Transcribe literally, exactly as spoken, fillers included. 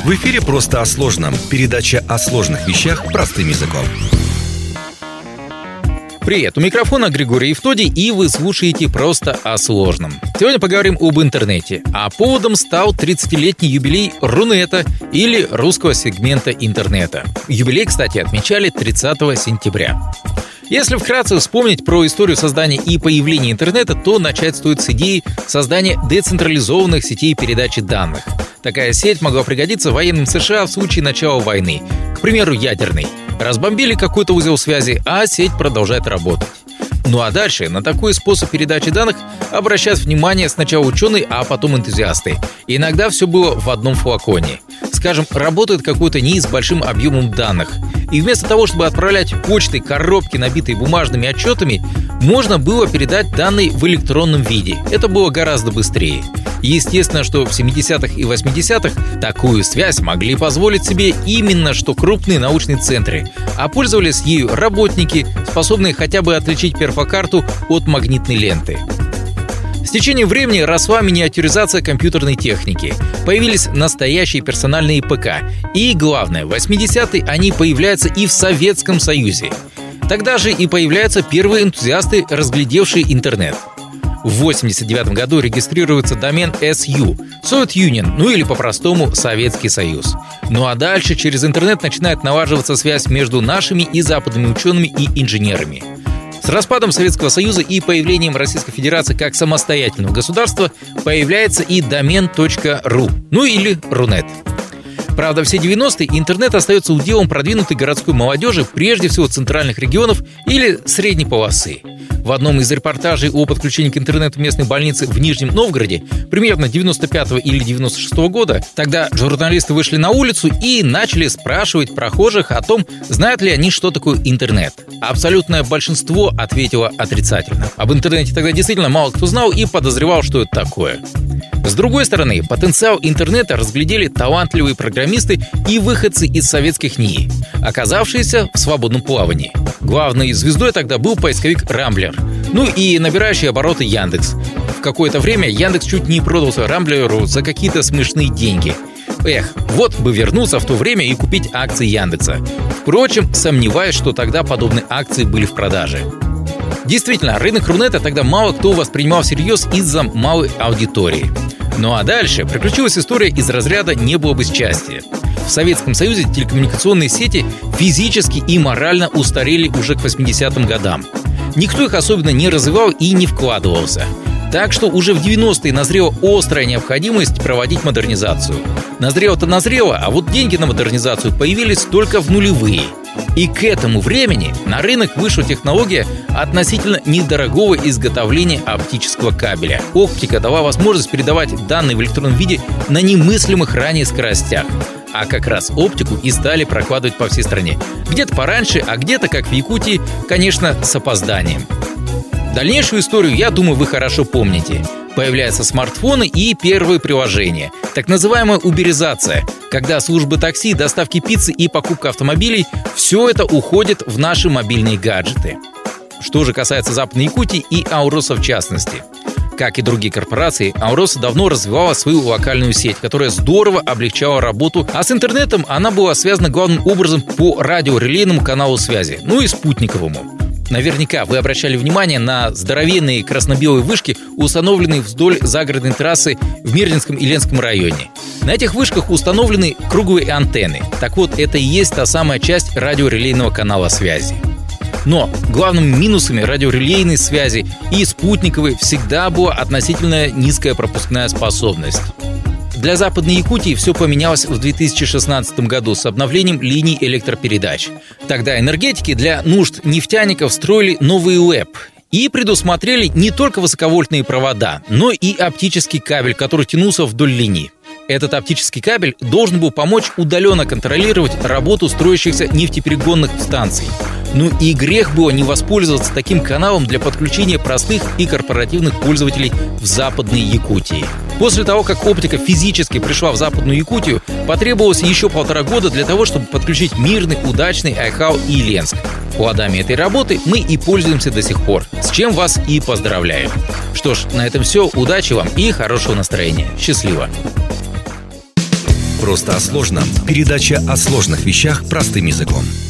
В эфире «Просто о сложном». Передача о сложных вещах простым языком. Привет, у микрофона Григорий Евтодий, и вы слушаете «Просто о сложном». Сегодня поговорим об интернете, а поводом стал тридцатилетний юбилей Рунета или русского сегмента интернета. Юбилей, кстати, отмечали тридцатого сентября. Если вкратце вспомнить про историю создания и появления интернета, то начать стоит с идеи создания децентрализованных сетей передачи данных. Такая сеть могла пригодиться военным США в случае начала войны, к примеру, ядерной. Разбомбили какой-то узел связи, а сеть продолжает работать. Ну а дальше на такой способ передачи данных обращают внимание сначала ученые, а потом энтузиасты. Иногда все было в одном флаконе. Скажем, работает какой-то НИИ с большим объемом данных. И вместо того, чтобы отправлять почтой коробки, набитые бумажными отчетами, можно было передать данные в электронном виде. Это было гораздо быстрее. Естественно, что в семидесятых и восьмидесятых такую связь могли позволить себе именно что крупные научные центры, а пользовались ею работники, способные хотя бы отличить перфокарту от магнитной ленты. С течением времени росла миниатюризация компьютерной техники. Появились настоящие персональные ПК. И главное, в восьмидесятые они появляются и в Советском Союзе. Тогда же и появляются первые энтузиасты, разглядевшие интернет. В восемьдесят девятом году регистрируется домен эс ю – Soviet Union, ну или по-простому Советский Союз. Ну а дальше через интернет начинает налаживаться связь между нашими и западными учеными и инженерами. С распадом Советского Союза и появлением Российской Федерации как самостоятельного государства появляется и домен точка ру, ну или Рунет. Правда, все девяностые интернет остается уделом продвинутой городской молодежи, прежде всего центральных регионов или средней полосы. В одном из репортажей о подключении к интернету местной больницы в Нижнем Новгороде примерно девяносто пятого или девяносто шестого года тогда журналисты вышли на улицу и начали спрашивать прохожих о том, знают ли они, что такое интернет. Абсолютное большинство ответило отрицательно. Об интернете тогда действительно мало кто знал и подозревал, что это такое. С другой стороны, потенциал интернета разглядели талантливые программисты и выходцы из советских НИИ, оказавшиеся в свободном плавании. Главной звездой тогда был поисковик Рамблер, ну и набирающий обороты Яндекс. В какое-то время Яндекс чуть не продался Рамблеру за какие-то смешные деньги. Эх, вот бы вернуться в то время и купить акции Яндекса. Впрочем, сомневаюсь, что тогда подобные акции были в продаже. Действительно, рынок Рунета тогда мало кто воспринимал всерьез из-за малой аудитории. Ну а дальше приключилась история из разряда «не было бы счастья». В Советском Союзе телекоммуникационные сети физически и морально устарели уже к восьмидесятым годам. Никто их особенно не развивал и не вкладывался. Так что уже в девяностые назрела острая необходимость проводить модернизацию. Назрело-то назрело, а вот деньги на модернизацию появились только в нулевые. И к этому времени на рынок вышла технология относительно недорогого изготовления оптического кабеля. Оптика дала возможность передавать данные в электронном виде на немыслимых ранее скоростях. А как раз оптику и стали прокладывать по всей стране. Где-то пораньше, а где-то, как в Якутии, конечно, с опозданием. Дальнейшую историю, я думаю, вы хорошо помните. Появляются смартфоны и первые приложения. Так называемая уберизация, когда службы такси, доставки пиццы и покупка автомобилей – все это уходит в наши мобильные гаджеты. Что же касается Западной Якутии и Ауроса в частности. Как и другие корпорации, Ауроса давно развивала свою локальную сеть, которая здорово облегчала работу, а с интернетом она была связана главным образом по радиорелейному каналу связи, ну и спутниковому. Наверняка вы обращали внимание на здоровенные красно-белые вышки, установленные вдоль загородной трассы в Мирнинском и Ленском районе. На этих вышках установлены круглые антенны. Так вот, это и есть та самая часть радиорелейного канала связи. Но главными минусами радиорелейной связи и спутниковой всегда была относительно низкая пропускная способность. Для Западной Якутии все поменялось в две тысячи шестнадцатом году с обновлением линий электропередач. Тогда энергетики для нужд нефтяников строили новый УЭП и предусмотрели не только высоковольтные провода, но и оптический кабель, который тянулся вдоль линий. Этот оптический кабель должен был помочь удаленно контролировать работу строящихся нефтеперегонных станций. Ну и грех было не воспользоваться таким каналом для подключения простых и корпоративных пользователей в Западной Якутии. После того, как оптика физически пришла в Западную Якутию, потребовалось еще полтора года для того, чтобы подключить Мирный, Удачный, Айхау и Ленск. Плодами этой работы мы и пользуемся до сих пор, с чем вас и поздравляю. Что ж, на этом все. Удачи вам и хорошего настроения. Счастливо! Просто о сложном. Передача о сложных вещах простым языком.